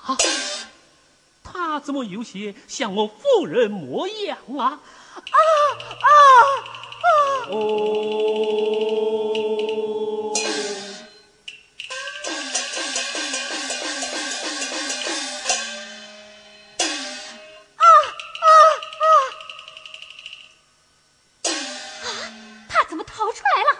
他怎么有些像我夫人模样啊？ 他怎么逃出来了？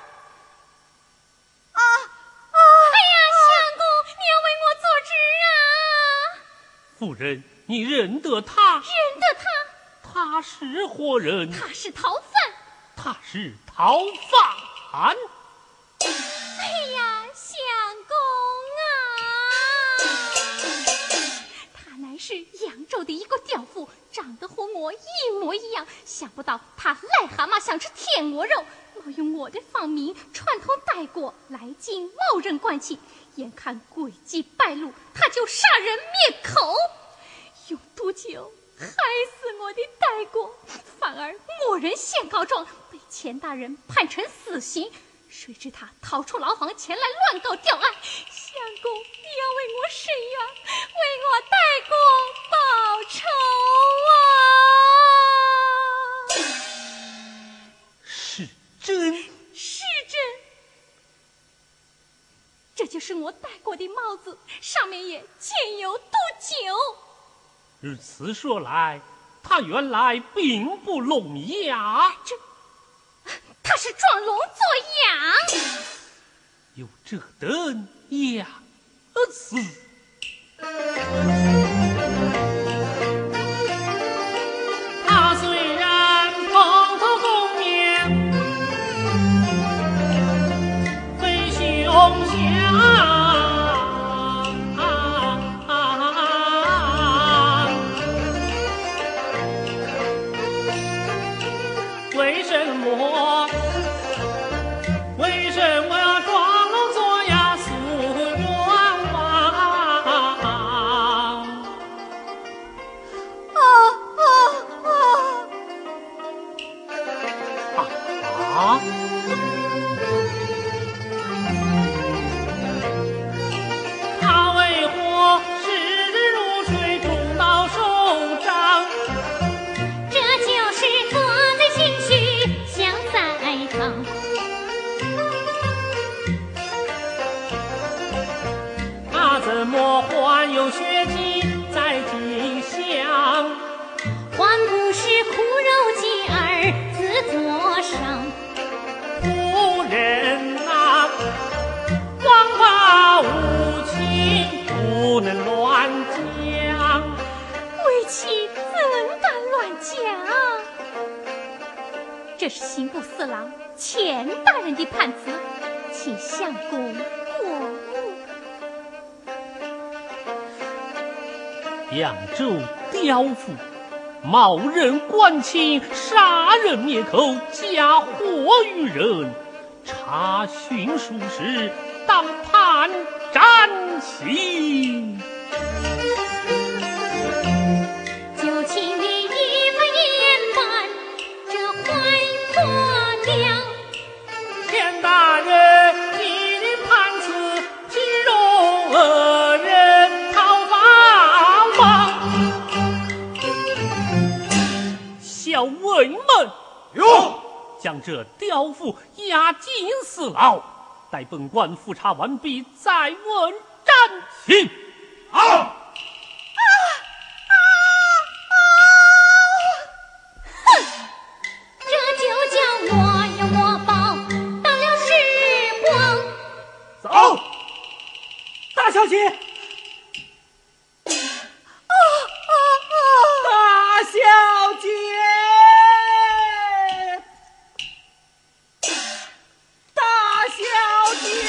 夫人，你认得他？ 认得他。 他是何人？ 他是逃犯。 他是逃犯。 哎呀，相公啊！他乃是扬州的一个刁妇，长得和我一模一样。想不到他癞蛤蟆想吃天鹅肉，冒用我的芳名串通带过来京冒认官情。眼看诡计败露，他就杀人灭口，用毒酒害死我的代国，反而默认陷告状，被钱大人判成死刑。谁知他逃出牢房前来乱告吊案，相公，你要为我伸冤，为我代国报仇啊！ 是真？ 是真。这就是我戴过的帽子，上面也嵌有毒酒。 如此说来，他原来并不聋哑。 他是装聋作哑。 有这等样子。他虽然蓬头垢面，非凶相。为什么要装聋作哑诉冤枉？他为何视人如水，中道手掌？ 这就是他的心绪想在藏。 他怎么患有血迹在颈项？ 还不是苦肉计儿自作伤。 夫人啊，王法无情，不能乱讲。 为妻怎敢乱讲？这是刑部司郎钱大人的判词，请相公过目。 扬州刁妇冒认官情，杀人灭口，嫁祸于人，查询属实，当判斩刑。 就请你一番言办这坏婆娘。 田大人一人判词，岂容恶人逃法吗？小尉们， 有， 将这刁妇押进司牢，待本官复查完毕，再问斩刑。 好。 这就叫我有我报，当了时光。 走，大小姐。 大小姐，大小姐，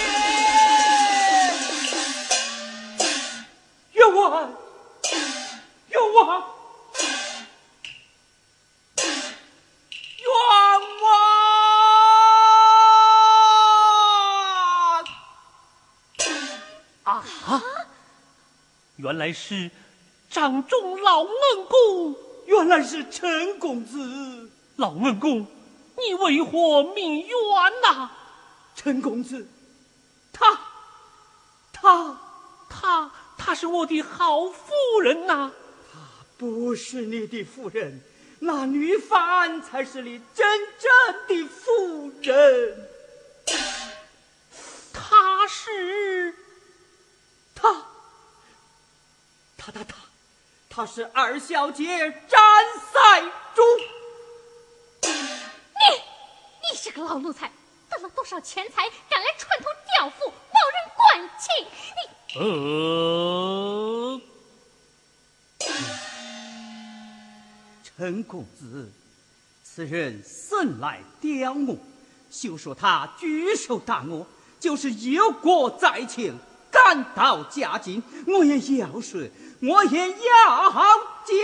冤枉，冤枉，冤枉！ 啊！原来是掌中老恩公， 原来是陈公子。 老恩公，你为何命冤呐？ 陈公子，他她是我的好夫人呐。 她不是你的夫人，那女犯才是你真正的夫人。 她是她是二小姐詹赛珠。 你是个老奴才，得了多少钱财，敢来串通调夫，冒人官情？ 陈公子，此人生来刁我，休说他举手打我，就是有过在前，赶到家境，我也要说，我也要讲。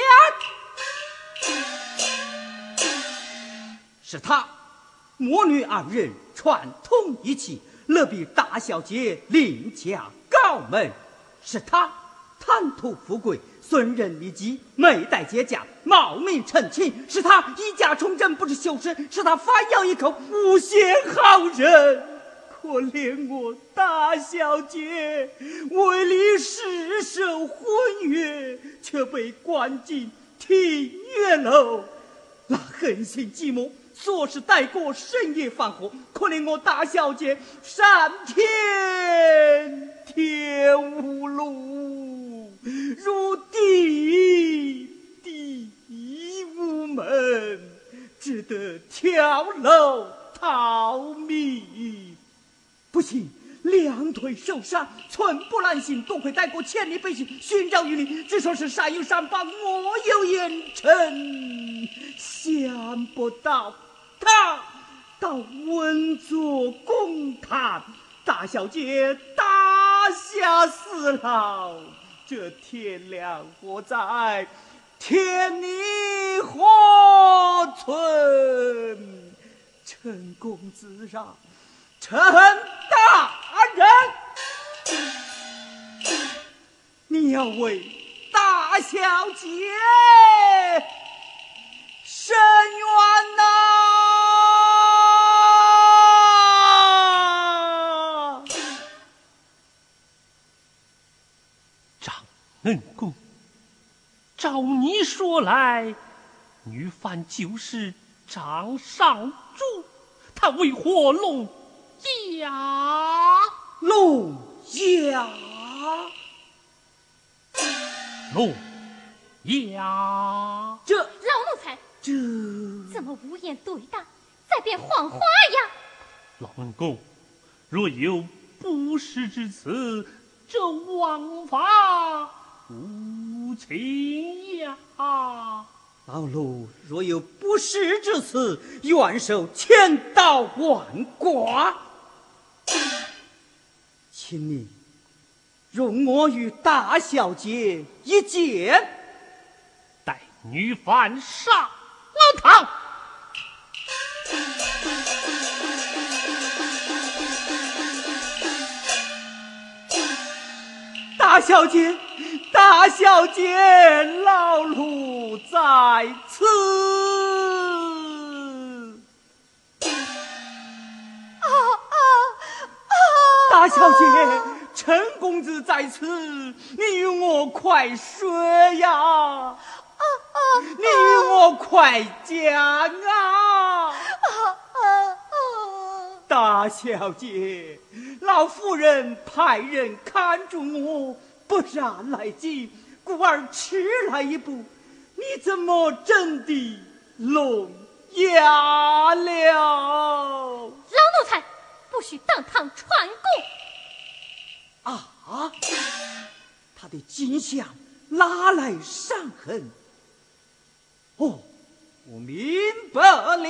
是他母女二人串通一气，勒逼大小姐另嫁高门，是他贪图富贵，损人利己，没待接驾，冒名成亲，是他一家从政不知羞耻，是他反咬一口诬陷好人。可怜我大小姐为你誓守婚约，却被关进庭院楼，那狠心寂寞，说是待过深夜放火，可怜我大小姐上天无路，入地无门，只得跳楼逃命。不幸两腿受伤，寸步难行，多亏待过千里北行，寻找于你，只说是山有山帮，我有严惩，想不到他到稳坐公堂，大小姐打下死牢，这天良何在，天理何存？陈公子啊，陈大人，你要为大小姐伸冤呐！ 张恩公，照你说来，女犯就是张尚珠，她为何聋哑？ 聋哑， 聋哑， 这老奴才怎么无言对答，在变谎话呀？ 老恩公，若有不实之词，这枉法无情呀！ 老奴若有不实之词，愿受千刀万剐。请你容我与大小姐一见， 待女犯上了堂。 大小姐，大小姐，老奴在此。大小姐，陈公子在此，你与我快说呀！你与我快讲啊！大小姐，老夫人派人看住我，不然来急，故而迟来一步，你怎么真的聋哑了？ 老奴才不许当堂传供。 啊！他的金像拉来伤痕。哦，我明白了。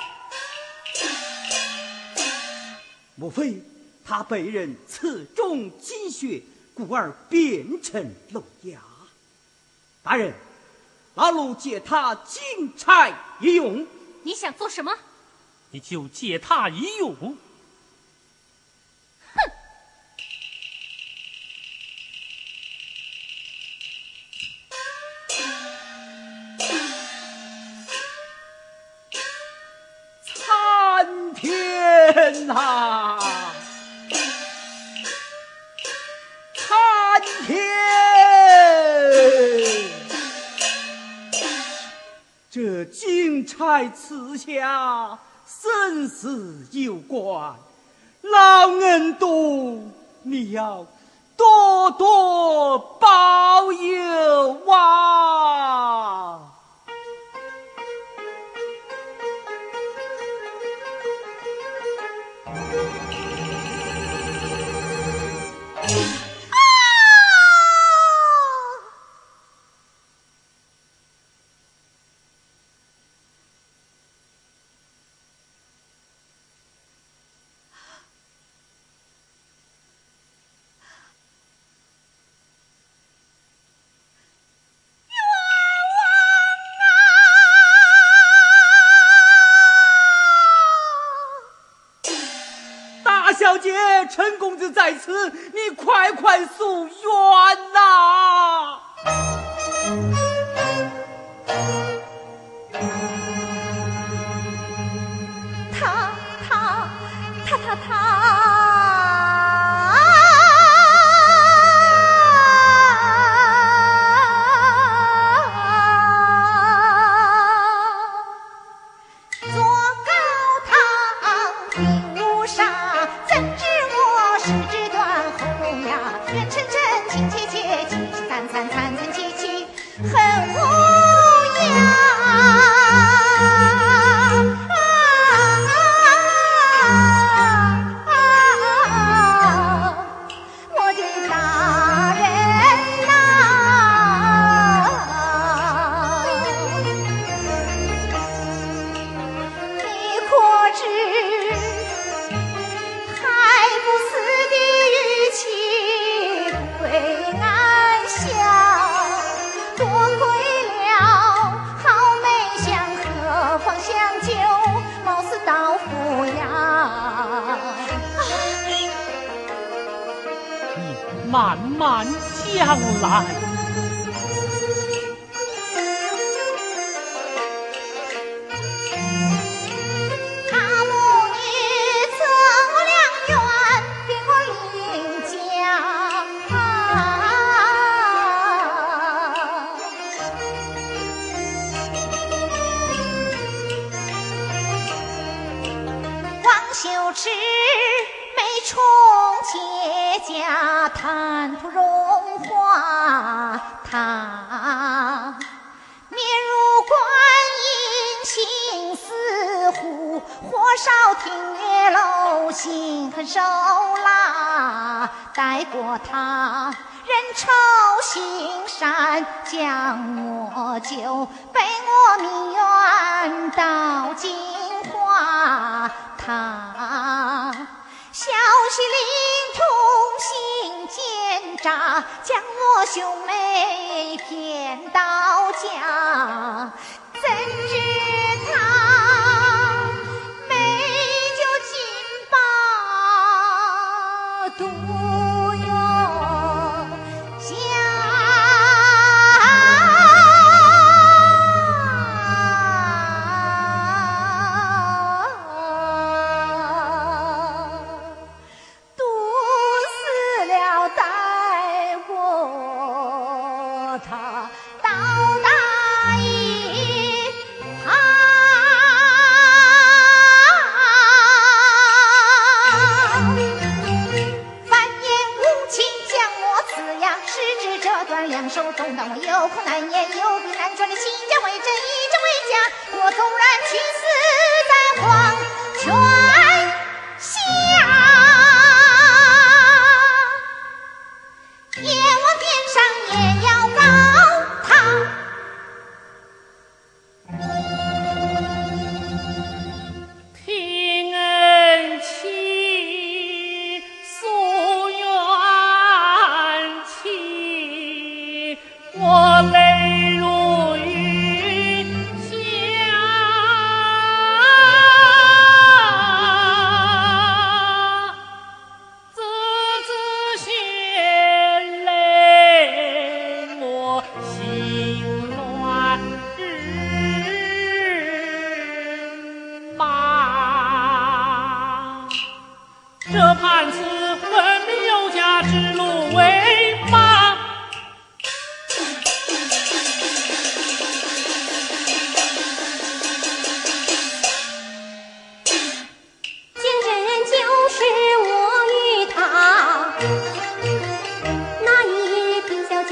莫非他被人刺中鸡血，故而变成聋哑？大人，老奴借他金钗一用。 你想做什么？ 你就借他一用。 天哪！参天！ 差赐下，生死攸关，老恩公你要多多保佑啊！小姐，陈公子在此，你快快诉冤呐！ 慢慢将来。 谈吐荣华，他面如观音心似虎，火烧庭月楼，心狠手辣。待过他人丑心善，将我救，背我命冤到金华。他消息灵通心奸诈，将我兄妹骗到家。怎知他美酒金宝独有家。两手中当我有苦难言，有病难传的心将为真，以真为假。我纵然去死在黄泉下，阎王殿上也要告他。 听恩情，诉冤情，我泪如雨下。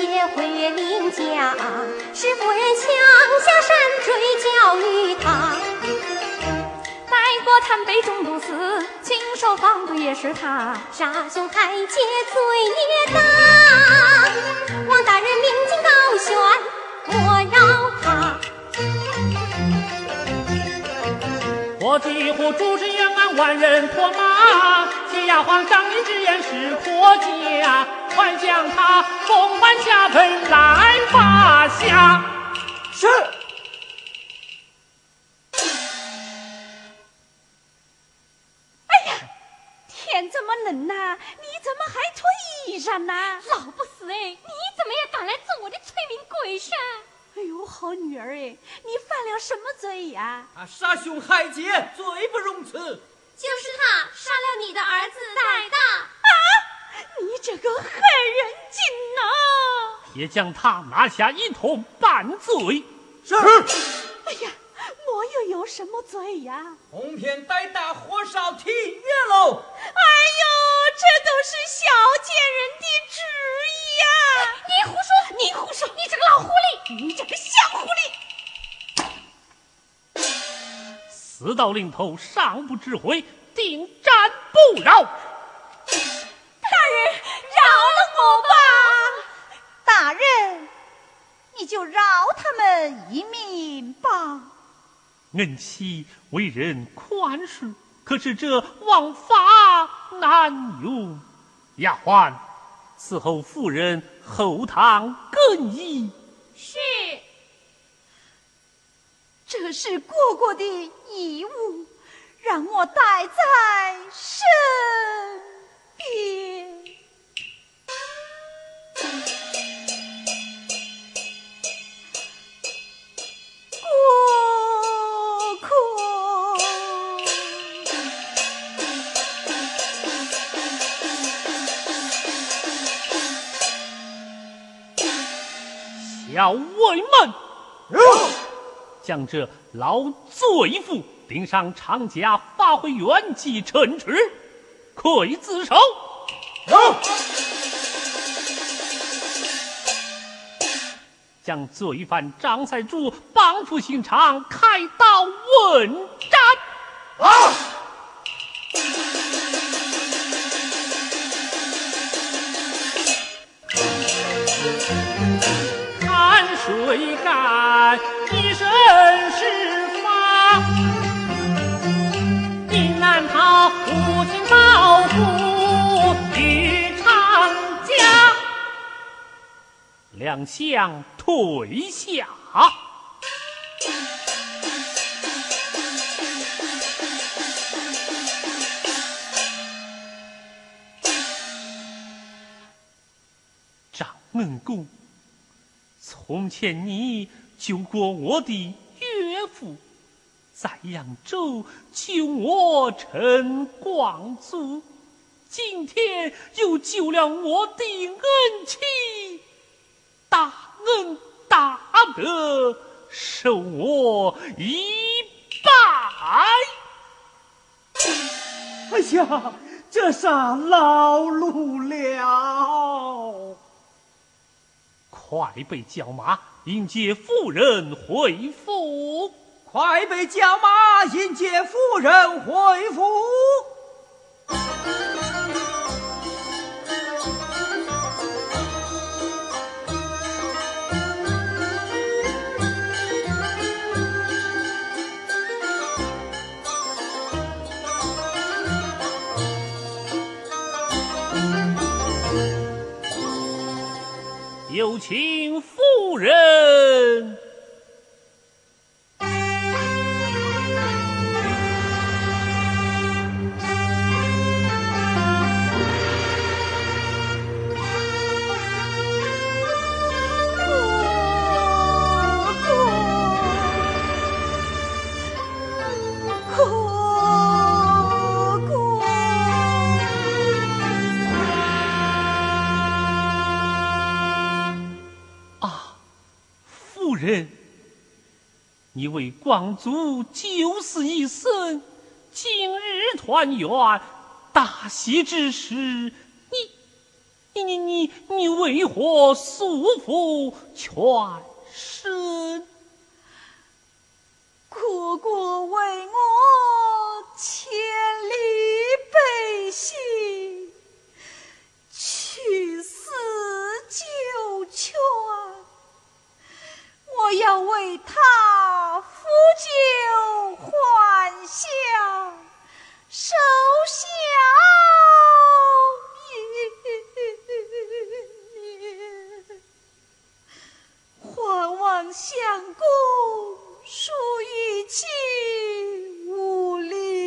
接回林家，使夫人强下山追教育他。待过贪杯中毒死，亲手放毒也是他，杀兄害姐罪也大。王大人明镜高悬，莫饶他。 我几乎主持冤案，万人唾骂。谢丫鬟张林之言是国家，快将他封官下盆来罚下。 是。 哎呀，天这么冷呐，你怎么还脱衣裳呢？ 老不死哎，你怎么也敢来做我的催命鬼噻？ 哎呦，好女儿哎，你犯了什么罪呀？ 杀兄害姐，罪不容辞。 就是他杀了你的儿子戴大。 啊！你这个害人精呐！ 也将他拿下一同办罪。 是。 哎呀，我又有什么罪呀？ 哄骗戴大火烧庭院喽！ 哎呦，这都是小贱人的旨意呀！ 你胡说！你胡说！你这个老狐狸！ 你这个小狐狸！ 死到临头尚不知悔，定斩不饶。 大人，饶了我吧！ 大人，你就饶他们一命吧。 恩妻为人宽恕，可是这枉法难用。丫鬟，伺候夫人后堂更衣。 是。 这是虢虢的义务，让我带在身边。虢虢， 小卫们，将这老罪妇顶上长甲，发回原籍惩治，愧自首。将罪犯张赛柱绑赴刑场，开刀问斩。看谁敢一身是法，宁难逃无情报复与长家。两相退下。张恩公，从前你救过我的岳父，在扬州救我成光祖，今天又救了我的恩妻，大恩大德，受我一拜。 哎呀，这啥劳碌了！ 快备轿马迎接夫人回府！ 快备轿马迎接夫人回府！ 有请夫人。人，你为光祖九死一生，今日团圆，大喜之时， 你为何束缚全身？ 哥哥为我千里北行，去死九泉，我要为他抚酒还乡，守孝1年，还望相公恕与其无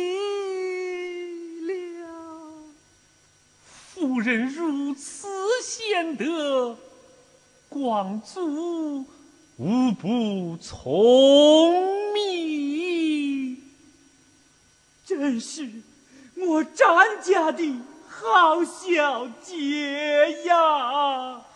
礼了。 夫人如此贤德，光祖无不聪明， 真是我张家的好小姐呀！